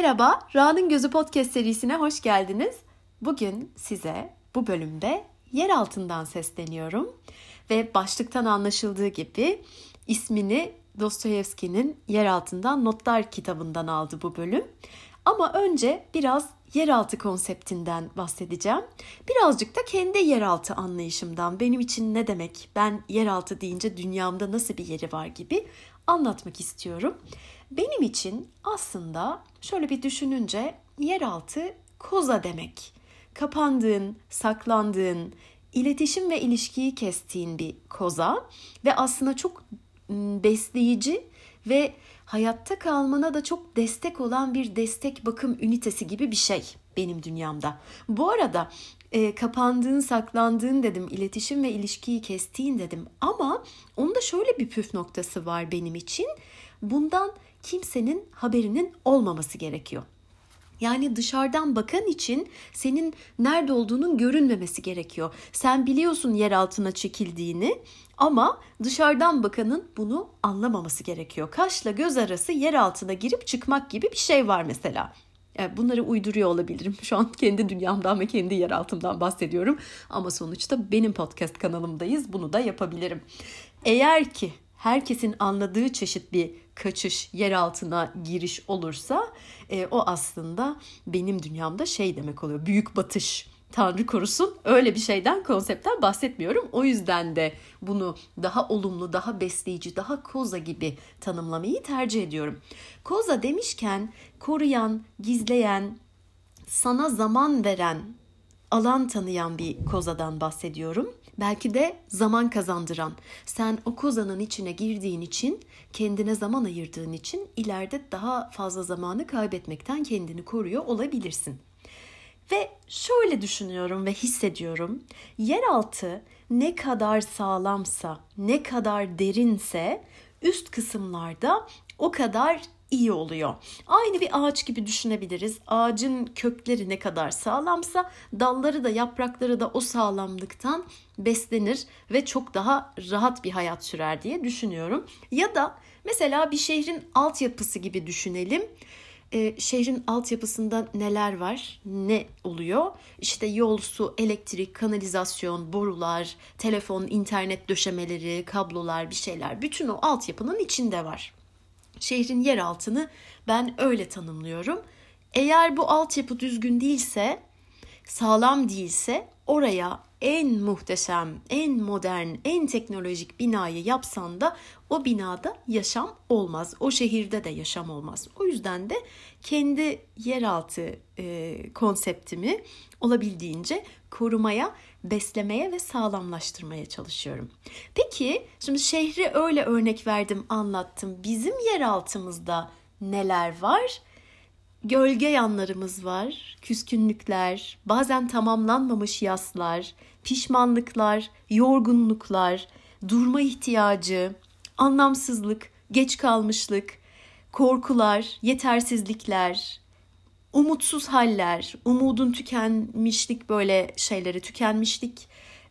Merhaba, Ra'nın Gözü Podcast serisine hoş geldiniz. Bugün size bu bölümde yer altından sesleniyorum. Ve başlıktan anlaşıldığı gibi ismini Dostoyevski'nin Yer Altından Notlar kitabından aldı bu bölüm. Ama önce biraz yeraltı konseptinden bahsedeceğim. Birazcık da kendi yeraltı anlayışımdan, benim için ne demek, ben yeraltı deyince dünyamda nasıl bir yeri var gibi anlatmak istiyorum. Benim için aslında şöyle bir düşününce yeraltı koza demek. Kapandığın, saklandığın, iletişim ve ilişkiyi kestiğin bir koza ve aslında çok besleyici ve hayatta kalmana da çok destek olan bir destek bakım ünitesi gibi bir şey benim dünyamda. Bu arada kapandığın, saklandığın dedim, iletişim ve ilişkiyi kestiğin dedim ama onun da şöyle bir püf noktası var benim için. Bundan kimsenin haberinin olmaması gerekiyor. Yani dışarıdan bakan için senin nerede olduğunun görünmemesi gerekiyor. Sen biliyorsun yer altına çekildiğini ama dışarıdan bakanın bunu anlamaması gerekiyor. Kaşla göz arası yer altına girip çıkmak gibi bir şey var mesela. Bunları uyduruyor olabilirim. Şu an kendi dünyamdan ve kendi yer altımdan bahsediyorum. Ama sonuçta benim podcast kanalımdayız. Bunu da yapabilirim. Eğer ki herkesin anladığı çeşit bir kaçış, yer altına giriş olursa o aslında benim dünyamda şey demek oluyor. Büyük batış. Tanrı korusun, öyle bir şeyden, konseptten bahsetmiyorum. O yüzden de bunu daha olumlu, daha besleyici, daha koza gibi tanımlamayı tercih ediyorum. Koza demişken koruyan, gizleyen, sana zaman veren, alan tanıyan bir kozadan bahsediyorum. Belki de zaman kazandıran. Sen o kozanın içine girdiğin için, kendine zaman ayırdığın için ileride daha fazla zamanı kaybetmekten kendini koruyor olabilirsin. Ve şöyle düşünüyorum ve hissediyorum. Yeraltı ne kadar sağlamsa, ne kadar derinse üst kısımlarda o kadar iyi oluyor. Aynı bir ağaç gibi düşünebiliriz. Ağacın kökleri ne kadar sağlamsa dalları da yaprakları da o sağlamlıktan beslenir ve çok daha rahat bir hayat sürer diye düşünüyorum. Ya da mesela bir şehrin altyapısı gibi düşünelim. Şehrin altyapısında neler var, ne oluyor? İşte yol, su, elektrik, kanalizasyon, borular, telefon, internet döşemeleri, kablolar, bir şeyler. Bütün o altyapının içinde var. Şehrin yer altını ben öyle tanımlıyorum. Eğer bu altyapı düzgün değilse, sağlam değilse oraya en muhteşem, en modern, en teknolojik binayı yapsan da o binada yaşam olmaz. O şehirde de yaşam olmaz. O yüzden de kendi yeraltı konseptimi olabildiğince korumaya, beslemeye ve sağlamlaştırmaya çalışıyorum. Peki şimdi şehri öyle örnek verdim, anlattım. Bizim yeraltımızda neler var? Gölge yanlarımız var, küskünlükler, bazen tamamlanmamış yaslar, pişmanlıklar, yorgunluklar, durma ihtiyacı, anlamsızlık, geç kalmışlık, korkular, yetersizlikler, umutsuz haller, umudun tükenmişlik, böyle şeyleri, tükenmişlik,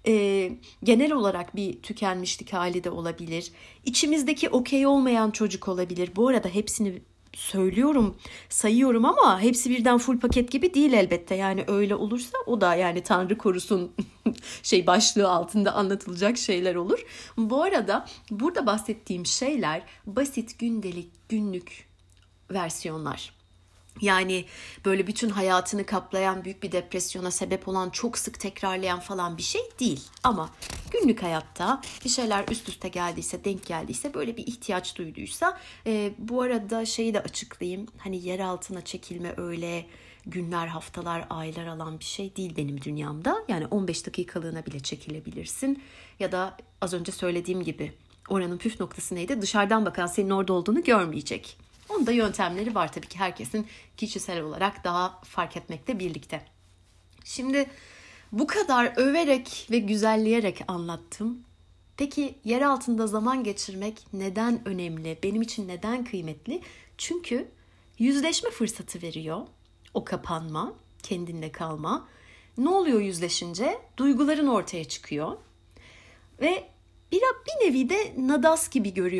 genel olarak bir tükenmişlik hali de olabilir. İçimizdeki okey olmayan çocuk olabilir. Bu arada hepsini söylüyorum, sayıyorum ama hepsi birden full paket gibi değil elbette. Yani öyle olursa o da yani Tanrı korusun başlığı altında anlatılacak şeyler olur. Bu arada burada bahsettiğim şeyler basit gündelik, günlük versiyonlar. Yani böyle bütün hayatını kaplayan, büyük bir depresyona sebep olan, çok sık tekrarlayan falan bir şey değil. Ama günlük hayatta bir şeyler üst üste geldiyse, denk geldiyse, böyle bir ihtiyaç duyduysa, bu arada şeyi de açıklayayım. Hani yer altına çekilme öyle günler, haftalar, aylar alan bir şey değil benim dünyamda. Yani 15 dakikalığına bile çekilebilirsin. Ya da az önce söylediğim gibi oranın püf noktası neydi? Dışarıdan bakan senin orada olduğunu görmeyecek. Onun da yöntemleri var tabii ki, herkesin kişisel olarak daha fark etmekle birlikte. Şimdi bu kadar överek ve güzelleyerek anlattım. Peki yer altında zaman geçirmek neden önemli? Benim için neden kıymetli? Çünkü yüzleşme fırsatı veriyor. O kapanma, kendinle kalma. Ne oluyor yüzleşince? Duyguların ortaya çıkıyor. Ve bir nevi de nadas gibi görüyorum.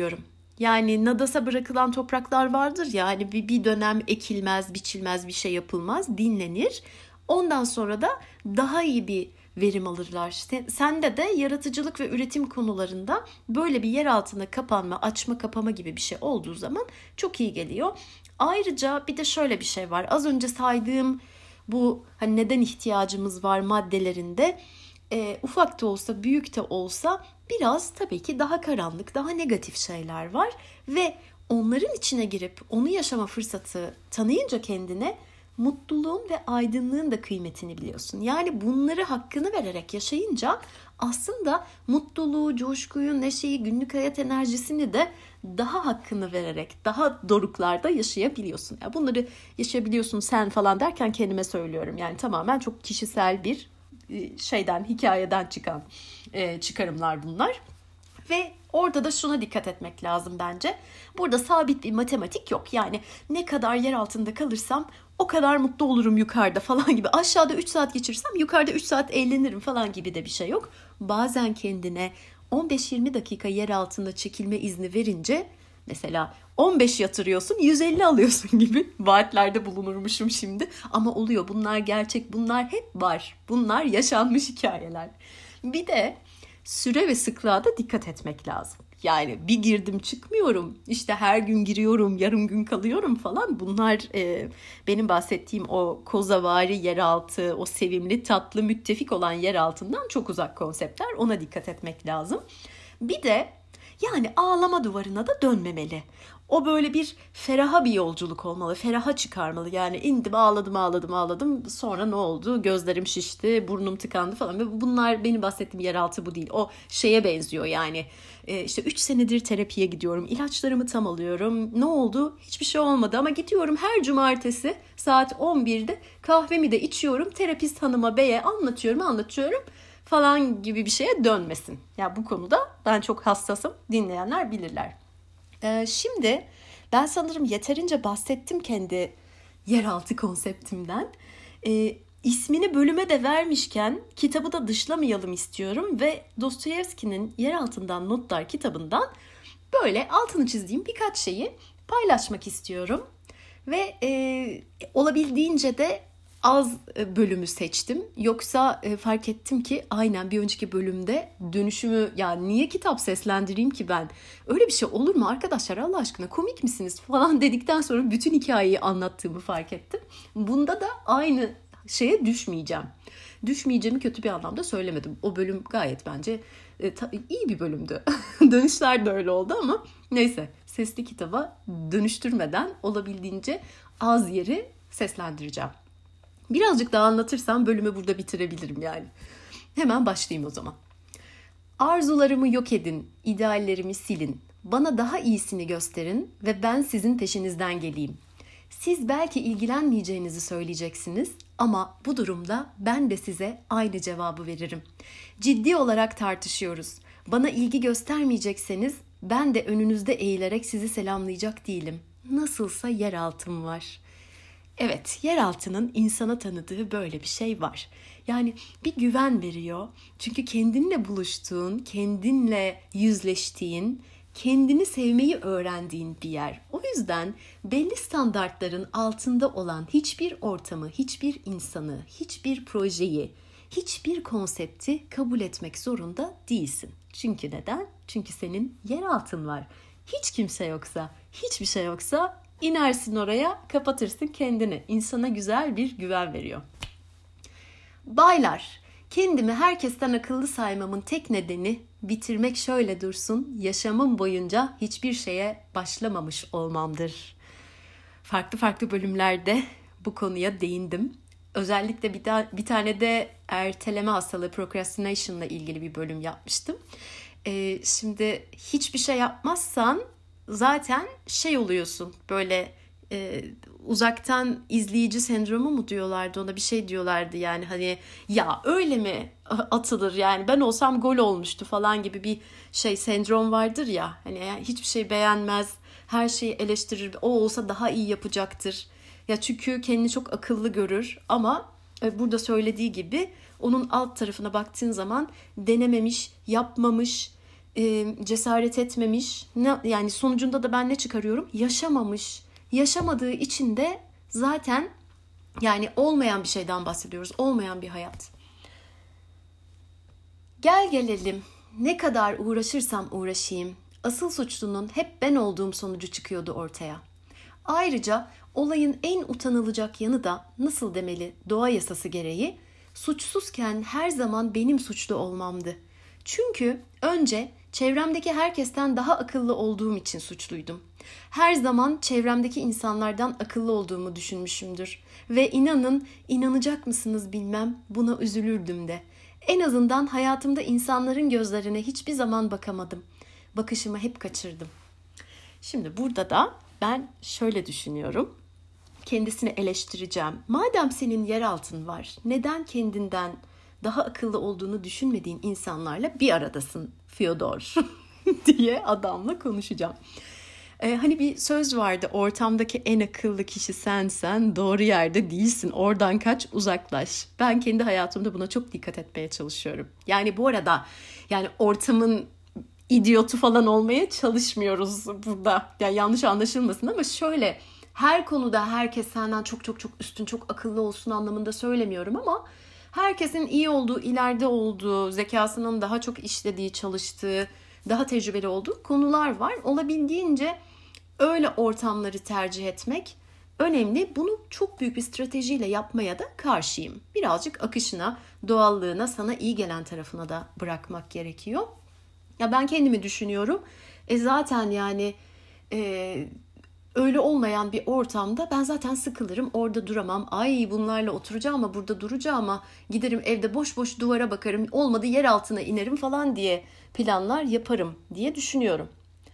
Yani nadasa bırakılan topraklar vardır ya, hani bir dönem ekilmez, biçilmez, bir şey yapılmaz, dinlenir. Ondan sonra da daha iyi bir verim alırlar. İşte sende de yaratıcılık ve üretim konularında böyle bir yer altına kapanma, açma, kapama gibi bir şey olduğu zaman çok iyi geliyor. Ayrıca bir de şöyle bir şey var. Az önce saydığım bu hani neden ihtiyacımız var maddelerinde ufak da olsa, büyük de olsa biraz tabii ki daha karanlık, daha negatif şeyler var ve onların içine girip onu yaşama fırsatı tanıyınca kendine, mutluluğun ve aydınlığın da kıymetini biliyorsun. Yani bunları hakkını vererek yaşayınca aslında mutluluğu, coşkuyu, neşeyi, günlük hayat enerjisini de daha hakkını vererek daha doruklarda yaşayabiliyorsun. Yani bunları yaşayabiliyorsun sen falan derken kendime söylüyorum. Yani tamamen çok kişisel bir hikayeden çıkan çıkarımlar bunlar. Ve orada da şuna dikkat etmek lazım bence. Burada sabit bir matematik yok. Yani ne kadar yer altında kalırsam o kadar mutlu olurum yukarıda falan gibi. Aşağıda 3 saat geçirsem yukarıda 3 saat eğlenirim falan gibi de bir şey yok. Bazen kendine 15-20 dakika yer altında çekilme izni verince, mesela 15 yatırıyorsun 150 alıyorsun gibi vaatlerde bulunurmuşum şimdi. Ama oluyor, bunlar gerçek, bunlar hep var. Bunlar yaşanmış hikayeler. Bir de süre ve sıklığa da dikkat etmek lazım. Yani bir girdim çıkmıyorum, işte her gün giriyorum, yarım gün kalıyorum falan. Bunlar benim bahsettiğim o kozavari yeraltı, o sevimli, tatlı, müttefik olan yer altından çok uzak konseptler. Ona dikkat etmek lazım. Bir de yani ağlama duvarına da dönmemeli. O böyle bir feraha bir yolculuk olmalı. Feraha çıkarmalı. Yani indim, ağladım. Sonra ne oldu? Gözlerim şişti, burnum tıkandı falan. Ve bunlar, benim bahsettiğim yeraltı bu değil. O şeye benziyor yani. İşte 3 senedir terapiye gidiyorum. İlaçlarımı tam alıyorum. Ne oldu? Hiçbir şey olmadı ama gidiyorum her cumartesi saat 11'de kahvemi de içiyorum. Terapist hanıma, beye anlatıyorum falan gibi bir şeye dönmesin. Ya bu konuda ben çok hassasım. Dinleyenler bilirler. Şimdi ben sanırım yeterince bahsettim kendi yeraltı konseptimden. İsmini bölüme de vermişken kitabı da dışlamayalım istiyorum ve Dostoyevski'nin Yer Altından Notlar kitabından böyle altını çizdiğim birkaç şeyi paylaşmak istiyorum. Ve olabildiğince de az bölümü seçtim. Yoksa fark ettim ki aynen bir önceki bölümde dönüşümü, ya niye kitap seslendireyim ki ben? Öyle bir şey olur mu arkadaşlar, Allah aşkına komik misiniz falan dedikten sonra bütün hikayeyi anlattığımı fark ettim. Bunda da aynı şeye düşmeyeceğim. Düşmeyeceğimi kötü bir anlamda söylemedim. O bölüm gayet bence iyi bir bölümdü. Dönüşler de öyle oldu ama neyse, sesli kitaba dönüştürmeden olabildiğince az yeri seslendireceğim. Birazcık daha anlatırsam bölümü burada bitirebilirim yani. Hemen başlayayım o zaman. Arzularımı yok edin, ideallerimi silin. Bana daha iyisini gösterin ve ben sizin peşinizden geleyim. Siz belki ilgilenmeyeceğinizi söyleyeceksiniz ama bu durumda ben de size aynı cevabı veririm. Ciddi olarak tartışıyoruz. Bana ilgi göstermeyecekseniz ben de önünüzde eğilerek sizi selamlayacak değilim. Nasılsa yer altım var. Evet, yeraltının insana tanıdığı böyle bir şey var. Yani bir güven veriyor. Çünkü kendinle buluştuğun, kendinle yüzleştiğin, kendini sevmeyi öğrendiğin bir yer. O yüzden belli standartların altında olan hiçbir ortamı, hiçbir insanı, hiçbir projeyi, hiçbir konsepti kabul etmek zorunda değilsin. Çünkü neden? Çünkü senin yer altın var. Hiç kimse yoksa, hiçbir şey yoksa İnersin oraya, kapatırsın kendini. İnsana güzel bir güven veriyor. Baylar, kendimi herkesten akıllı saymamın tek nedeni bitirmek şöyle dursun, yaşamım boyunca hiçbir şeye başlamamış olmamdır. Farklı bölümlerde bu konuya değindim. Özellikle bir tane de erteleme hastalığı, procrastination ile ilgili bir bölüm yapmıştım. Şimdi hiçbir şey yapmazsan zaten oluyorsun, böyle uzaktan izleyici sendromu mu diyorlardı ona, bir şey diyorlardı yani, hani ya öyle mi atılır yani, ben olsam gol olmuştu falan gibi bir sendrom vardır ya, hani hiçbir şey beğenmez, her şeyi eleştirir, o olsa daha iyi yapacaktır ya, çünkü kendini çok akıllı görür ama burada söylediği gibi onun alt tarafına baktığın zaman denememiş, yapmamış, cesaret etmemiş. Yani sonucunda da ben ne çıkarıyorum? Yaşamamış. Yaşamadığı için de zaten yani olmayan bir şeyden bahsediyoruz. Olmayan bir hayat. Gel gelelim ne kadar uğraşırsam uğraşayım asıl suçlunun hep ben olduğum sonucu çıkıyordu ortaya. Ayrıca olayın en utanılacak yanı da nasıl demeli doğa yasası gereği suçsuzken her zaman benim suçlu olmamdı. Çünkü önce çevremdeki herkesten daha akıllı olduğum için suçluydum. Her zaman çevremdeki insanlardan akıllı olduğumu düşünmüşümdür. Ve inanın, inanacak mısınız bilmem, buna üzülürdüm de. En azından hayatımda insanların gözlerine hiçbir zaman bakamadım. Bakışımı hep kaçırdım. Şimdi burada da ben şöyle düşünüyorum. Kendisini eleştireceğim. Madem senin yer altın var, neden kendinden daha akıllı olduğunu düşünmediğin insanlarla bir aradasın Fyodor diye adamla konuşacağım. Hani bir söz vardı, ortamdaki en akıllı kişi sensen, doğru yerde değilsin, oradan kaç, uzaklaş. Ben kendi hayatımda buna çok dikkat etmeye çalışıyorum. Yani bu arada yani ortamın idiotu falan olmaya çalışmıyoruz burada. Yani yanlış anlaşılmasın ama şöyle, her konuda herkes senden çok çok çok üstün, çok akıllı olsun anlamında söylemiyorum ama herkesin iyi olduğu, ileride olduğu, zekasının daha çok işlediği, çalıştığı, daha tecrübeli olduğu konular var. Olabildiğince öyle ortamları tercih etmek önemli. Bunu çok büyük bir stratejiyle yapmaya da karşıyım. Birazcık akışına, doğallığına, sana iyi gelen tarafına da bırakmak gerekiyor. Ya ben kendimi düşünüyorum. Zaten yani öyle olmayan bir ortamda ben zaten sıkılırım. Orada duramam. Ay bunlarla oturacağım ama burada duracağım ama giderim evde boş boş duvara bakarım. Olmadı yer altına inerim falan diye planlar yaparım diye düşünüyorum.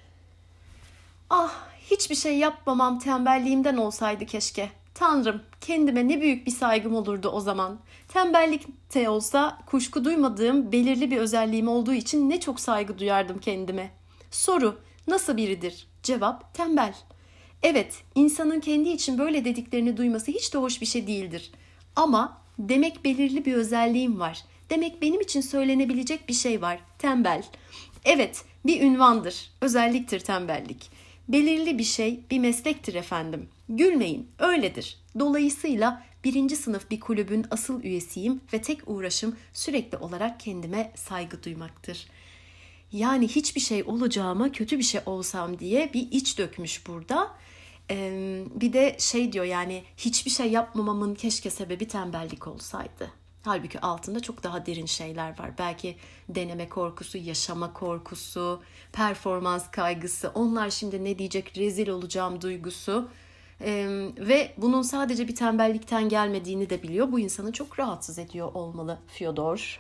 Ah hiçbir şey yapmamam tembelliğimden olsaydı keşke. Tanrım kendime ne büyük bir saygım olurdu o zaman. Tembellikte olsa kuşku duymadığım belirli bir özelliğim olduğu için ne çok saygı duyardım kendime. Soru nasıl biridir? Cevap tembel. Evet insanın kendi için böyle dediklerini duyması hiç de hoş bir şey değildir. Ama demek belirli bir özelliğim var. Demek benim için söylenebilecek bir şey var. Tembel. Evet bir ünvandır. Özelliktir tembellik. Belirli bir şey, bir meslektir efendim. Gülmeyin, öyledir. Dolayısıyla 1. sınıf bir kulübün asıl üyesiyim ve tek uğraşım sürekli olarak kendime saygı duymaktır. Yani hiçbir şey olacağıma kötü bir şey olsam diye bir iç dökmüş burada. Bir de şey diyor yani hiçbir şey yapmamamın keşke sebebi tembellik olsaydı. Halbuki altında çok daha derin şeyler var. Belki deneme korkusu, yaşama korkusu, performans kaygısı. Onlar şimdi ne diyecek, rezil olacağım duygusu. Ve bunun sadece bir tembellikten gelmediğini de biliyor. Bu insanı çok rahatsız ediyor olmalı Fyodor.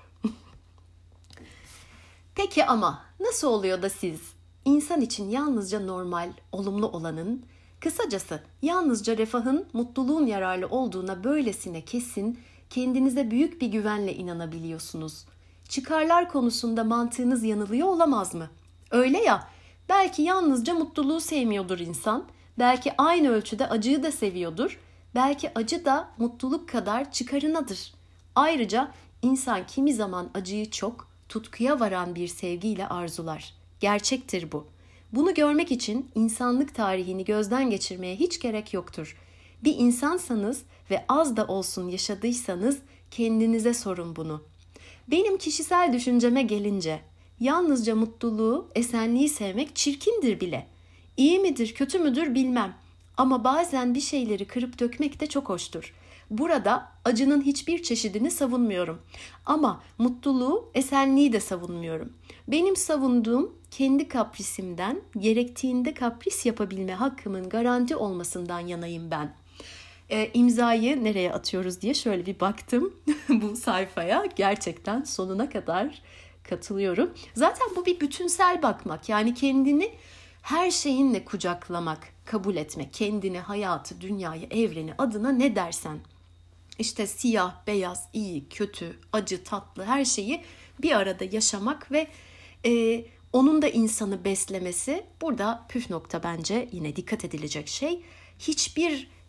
Peki ama nasıl oluyor da siz insan için yalnızca normal, olumlu olanın, kısacası yalnızca refahın, mutluluğun yararlı olduğuna böylesine kesin, kendinize büyük bir güvenle inanabiliyorsunuz? Çıkarlar konusunda mantığınız yanılıyor olamaz mı? Öyle ya, belki yalnızca mutluluğu sevmiyordur insan, belki aynı ölçüde acıyı da seviyordur, belki acı da mutluluk kadar çıkarınadır. Ayrıca insan kimi zaman acıyı çok, tutkuya varan bir sevgiyle arzular. Gerçektir bu. Bunu görmek için insanlık tarihini gözden geçirmeye hiç gerek yoktur. Bir insansanız ve az da olsun yaşadıysanız kendinize sorun bunu. Benim kişisel düşünceme gelince yalnızca mutluluğu, esenliği sevmek çirkindir bile. İyi midir, kötü müdür bilmem. Ama bazen bir şeyleri kırıp dökmek de çok hoştur. Burada acının hiçbir çeşidini savunmuyorum. Ama mutluluğu, esenliği de savunmuyorum. Benim savunduğum kendi kaprisimden, gerektiğinde kapris yapabilme hakkımın garanti olmasından yanayım ben. İmzayı nereye atıyoruz diye şöyle bir baktım bu sayfaya. Gerçekten sonuna kadar katılıyorum. Zaten bu bir bütünsel bakmak. Yani kendini her şeyinle kucaklamak, kabul etmek. Kendini, hayatı, dünyayı, evreni adına ne dersen. İşte siyah, beyaz, iyi, kötü, acı, tatlı her şeyi bir arada yaşamak ve onun da insanı beslemesi. Burada püf nokta bence yine dikkat edilecek şey. Hiçbir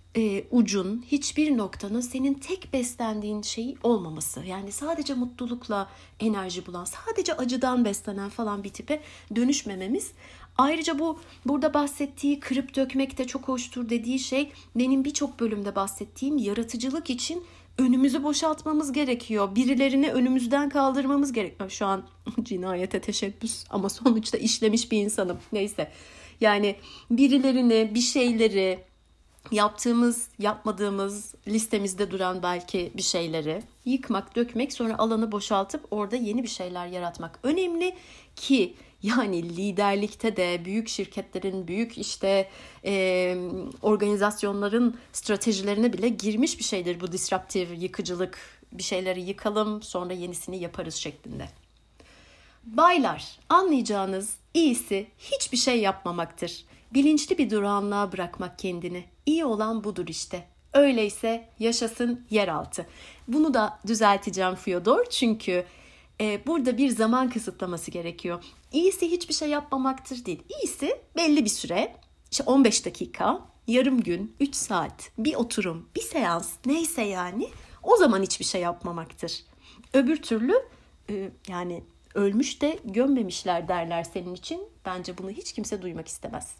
ucun, hiçbir noktanın senin tek beslendiğin şey olmaması. Yani sadece mutlulukla enerji bulan, sadece acıdan beslenen falan bir tipe dönüşmememiz. Ayrıca bu burada bahsettiği kırıp dökmek de çok hoştur dediği şey, benim birçok bölümde bahsettiğim yaratıcılık için önümüzü boşaltmamız gerekiyor. Birilerini önümüzden kaldırmamız gerekiyor. Şu an cinayete teşebbüs ama sonuçta işlemiş bir insanım. Neyse. Yani birilerini, bir şeyleri, yaptığımız, yapmadığımız, listemizde duran belki bir şeyleri yıkmak, dökmek, sonra alanı boşaltıp orada yeni bir şeyler yaratmak önemli ki yani liderlikte de büyük şirketlerin, büyük organizasyonların stratejilerine bile girmiş bir şeydir bu disruptive, yıkıcılık. Bir şeyleri yıkalım, sonra yenisini yaparız şeklinde. Baylar, anlayacağınız iyisi hiçbir şey yapmamaktır. Bilinçli bir durağanlığa bırakmak kendini. İyi olan budur işte. Öyleyse yaşasın yeraltı. Bunu da düzelteceğim Fyodor, çünkü burada bir zaman kısıtlaması gerekiyor. İyisi hiçbir şey yapmamaktır değil. İyisi belli bir süre, 15 dakika, yarım gün, 3 saat, bir oturum, bir seans, neyse yani o zaman hiçbir şey yapmamaktır. Öbür türlü yani ölmüş de gömmemişler derler senin için. Bence bunu hiç kimse duymak istemez.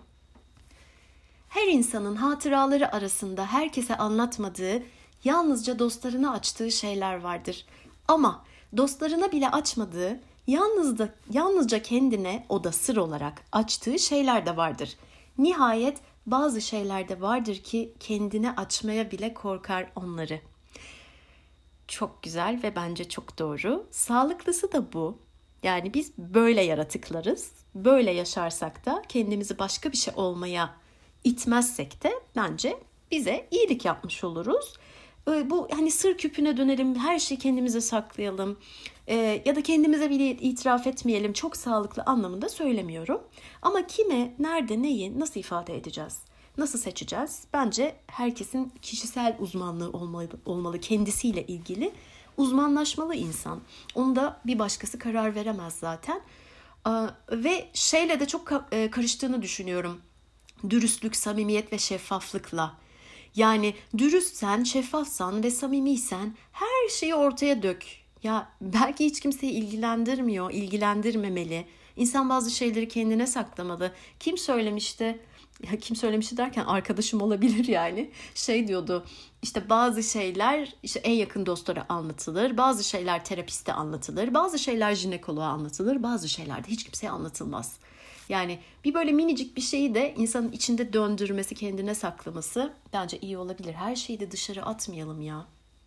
Her insanın hatıraları arasında herkese anlatmadığı, yalnızca dostlarına açtığı şeyler vardır. Ama dostlarına bile açmadığı, yalnızca kendine, o da sır olarak açtığı şeyler de vardır. Nihayet bazı şeyler de vardır ki kendine açmaya bile korkar onları. Çok güzel ve bence çok doğru. Sağlıklısı da bu. Yani biz böyle yaratıklarız. Böyle yaşarsak da kendimizi başka bir şey olmaya itmezsek de bence bize iyilik yapmış oluruz. Bu hani sır küpüne dönelim, her şeyi kendimize saklayalım ya da kendimize bile itiraf etmeyelim. Çok sağlıklı anlamında söylemiyorum. Ama kime, nerede, neyi, nasıl ifade edeceğiz? Nasıl seçeceğiz? Bence herkesin kişisel uzmanlığı olmalı. Kendisiyle ilgili uzmanlaşmalı insan. Onda bir başkası karar veremez zaten. Ve şeyle de çok karıştığını düşünüyorum. Dürüstlük, samimiyet ve şeffaflıkla. Yani dürüstsen, şeffafsan ve samimiysen her şeyi ortaya dök. Ya belki hiç kimseyi ilgilendirmiyor, ilgilendirmemeli. İnsan bazı şeyleri kendine saklamalı. Kim söylemişti? Ya kim söylemişti derken arkadaşım olabilir yani. Şey diyordu, işte bazı şeyler işte en yakın dostlara anlatılır, bazı şeyler terapiste anlatılır, bazı şeyler jinekoloğa anlatılır, bazı şeyler de hiç kimseye anlatılmaz. Yani bir böyle minicik bir şeyi de insanın içinde döndürmesi, kendine saklaması bence iyi olabilir. Her şeyi de dışarı atmayalım ya.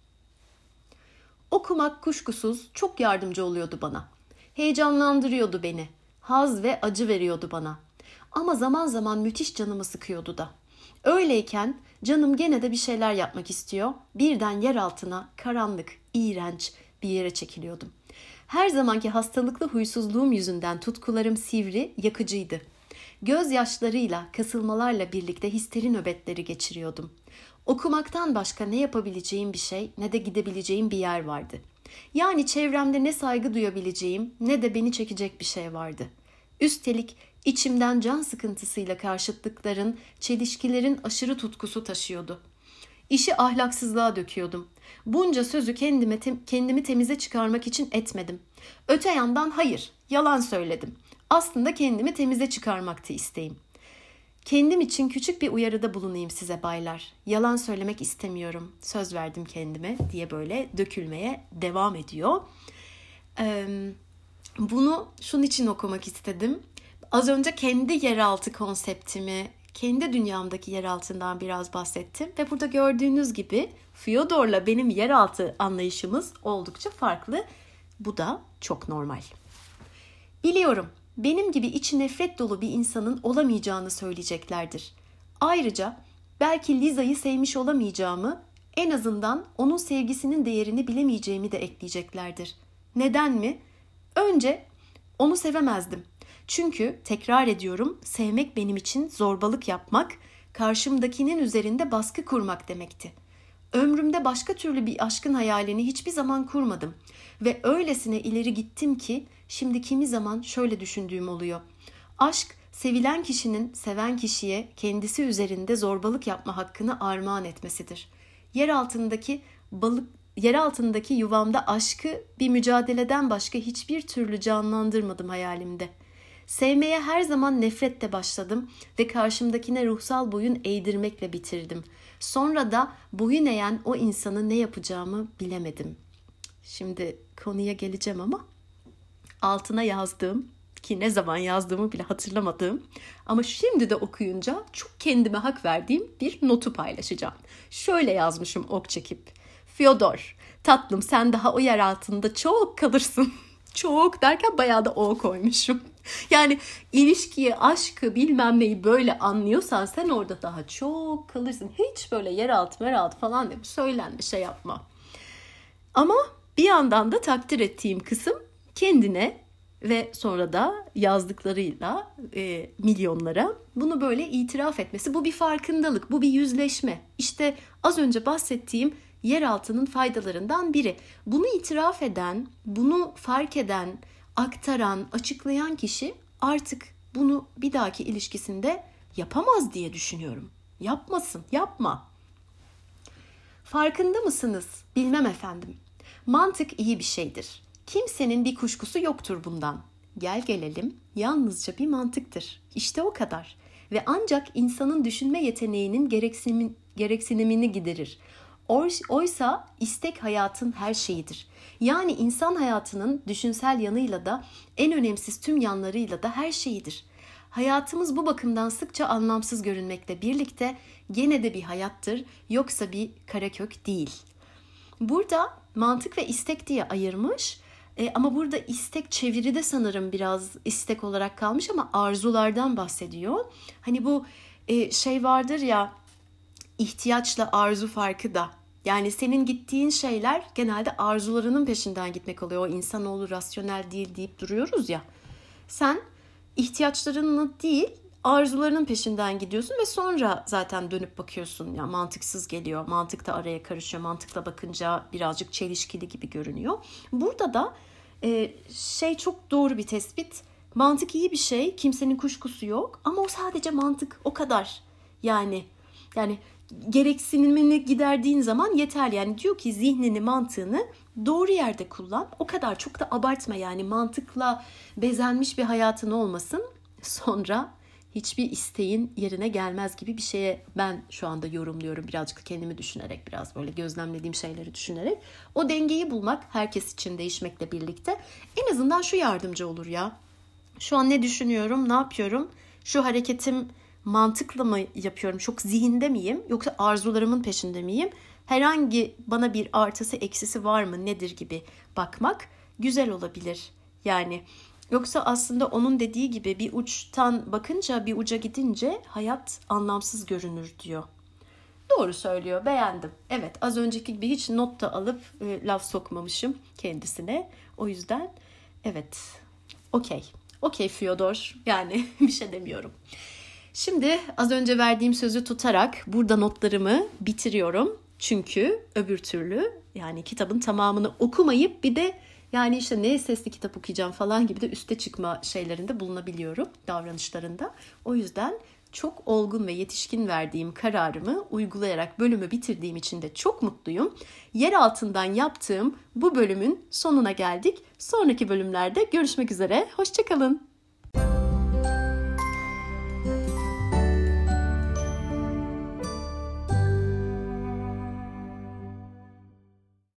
Okumak kuşkusuz çok yardımcı oluyordu bana. Heyecanlandırıyordu beni. Haz ve acı veriyordu bana. Ama zaman zaman müthiş canımı sıkıyordu da. Öyleyken canım gene de bir şeyler yapmak istiyor. Birden yer altına, karanlık, iğrenç bir yere çekiliyordum. Her zamanki hastalıklı huysuzluğum yüzünden tutkularım sivri, yakıcıydı. Gözyaşlarıyla, kasılmalarla birlikte histeri nöbetleri geçiriyordum. Okumaktan başka ne yapabileceğim bir şey, ne de gidebileceğim bir yer vardı. Yani çevremde ne saygı duyabileceğim, ne de beni çekecek bir şey vardı. Üstelik içimden can sıkıntısıyla karşıtlıkların, çelişkilerin aşırı tutkusu taşıyordu. İşi ahlaksızlığa döküyordum. Bunca sözü kendimi temize çıkarmak için etmedim. Öte yandan hayır, yalan söyledim. Aslında kendimi temize çıkarmaktı isteğim. Kendim için küçük bir uyarıda bulunayım size baylar. Yalan söylemek istemiyorum. Söz verdim kendime diye böyle dökülmeye devam ediyor. Bunu şunun için okumak istedim. Az önce kendi yeraltı konseptimi, kendi dünyamdaki yeraltından biraz bahsettim. Ve burada gördüğünüz gibi Fyodor'la benim yeraltı anlayışımız oldukça farklı. Bu da çok normal. Biliyorum, benim gibi içi nefret dolu bir insanın olamayacağını söyleyeceklerdir. Ayrıca belki Liza'yı sevmiş olamayacağımı, en azından onun sevgisinin değerini bilemeyeceğimi de ekleyeceklerdir. Neden mi? Önce onu sevemezdim. Çünkü tekrar ediyorum, sevmek benim için zorbalık yapmak, karşımdakinin üzerinde baskı kurmak demekti. Ömrümde başka türlü bir aşkın hayalini hiçbir zaman kurmadım ve öylesine ileri gittim ki şimdi kimi zaman şöyle düşündüğüm oluyor. Aşk sevilen kişinin seven kişiye kendisi üzerinde zorbalık yapma hakkını armağan etmesidir. Yer altındaki yuvamda aşkı bir mücadeleden başka hiçbir türlü canlandırmadım hayalimde. Sevmeye her zaman nefretle başladım ve karşımdakine ruhsal boyun eğdirmekle bitirdim. Sonra da boyun eğen o insanı ne yapacağımı bilemedim. Şimdi konuya geleceğim ama altına yazdığım, ki ne zaman yazdığımı bile hatırlamadığım ama şimdi de okuyunca çok kendime hak verdiğim bir notu paylaşacağım. Şöyle yazmışım ok çekip. Fyodor, tatlım sen daha o yer altında çok kalırsın. Çok derken bayağı da o koymuşum. Yani ilişkiyi, aşkı bilmem neyi böyle anlıyorsan sen orada daha çok kalırsın. Hiç böyle yeraltı falan diye söylenme, şey yapma. Ama bir yandan da takdir ettiğim kısım kendine ve sonra da yazdıklarıyla milyonlara bunu böyle itiraf etmesi. Bu bir farkındalık, bu bir yüzleşme. İşte az önce bahsettiğim yeraltının faydalarından biri. Bunu itiraf eden, bunu fark eden, aktaran, açıklayan kişi artık bunu bir dahaki ilişkisinde yapamaz diye düşünüyorum. Yapmasın, yapma. Farkında mısınız? Bilmem efendim. Mantık iyi bir şeydir. Kimsenin bir kuşkusu yoktur bundan. Gel gelelim yalnızca bir mantıktır. İşte o kadar. Ve ancak insanın düşünme yeteneğinin gereksinimini giderir. Oysa istek hayatın her şeyidir. Yani insan hayatının düşünsel yanıyla da en önemsiz tüm yanlarıyla da her şeyidir. Hayatımız bu bakımdan sıkça anlamsız görünmekle birlikte gene de bir hayattır, yoksa bir karakök değil. Burada mantık ve istek diye ayırmış ama burada istek çeviride sanırım biraz istek olarak kalmış ama arzulardan bahsediyor. Hani bu şey vardır ya, ihtiyaçla arzu farkı da. Yani senin gittiğin şeyler genelde arzularının peşinden gitmek oluyor. O insanoğlu rasyonel değil deyip duruyoruz ya. Sen ihtiyaçlarını değil arzularının peşinden gidiyorsun ve sonra zaten dönüp bakıyorsun. Ya mantıksız geliyor. Mantık da araya karışıyor. Mantıkla bakınca birazcık çelişkili gibi görünüyor. Burada da şey çok doğru bir tespit. Mantık iyi bir şey. Kimsenin kuşkusu yok. Ama o sadece mantık. O kadar. Yani gereksinimini giderdiğin zaman yeterli. Yani diyor ki zihnini, mantığını doğru yerde kullan. O kadar çok da abartma yani. Mantıkla bezenmiş bir hayatın olmasın. Sonra hiçbir isteğin yerine gelmez gibi bir şeye ben şu anda yorumluyorum. Birazcık kendimi düşünerek, biraz böyle gözlemlediğim şeyleri düşünerek. O dengeyi bulmak herkes için değişmekle birlikte en azından şu yardımcı olur ya. Şu an ne düşünüyorum, ne yapıyorum? Şu hareketim mantıkla mı yapıyorum? Çok zihinde miyim? Yoksa arzularımın peşinde miyim? Herhangi bana bir artısı eksisi var mı? Nedir gibi bakmak güzel olabilir. Yani yoksa aslında onun dediği gibi bir uçtan bakınca bir uca gidince hayat anlamsız görünür diyor. Doğru söylüyor, beğendim. Evet, az önceki gibi hiç not da alıp laf sokmamışım kendisine. O yüzden evet, okey Fyodor, yani bir şey demiyorum. Şimdi az önce verdiğim sözü tutarak burada notlarımı bitiriyorum. Çünkü öbür türlü yani kitabın tamamını okumayıp bir de yani işte ne sesli kitap okuyacağım falan gibi de üste çıkma şeylerinde bulunabiliyorum, davranışlarında. O yüzden çok olgun ve yetişkin verdiğim kararımı uygulayarak bölümü bitirdiğim için de çok mutluyum. Yer altından yaptığım bu bölümün sonuna geldik. Sonraki bölümlerde görüşmek üzere. Hoşça kalın.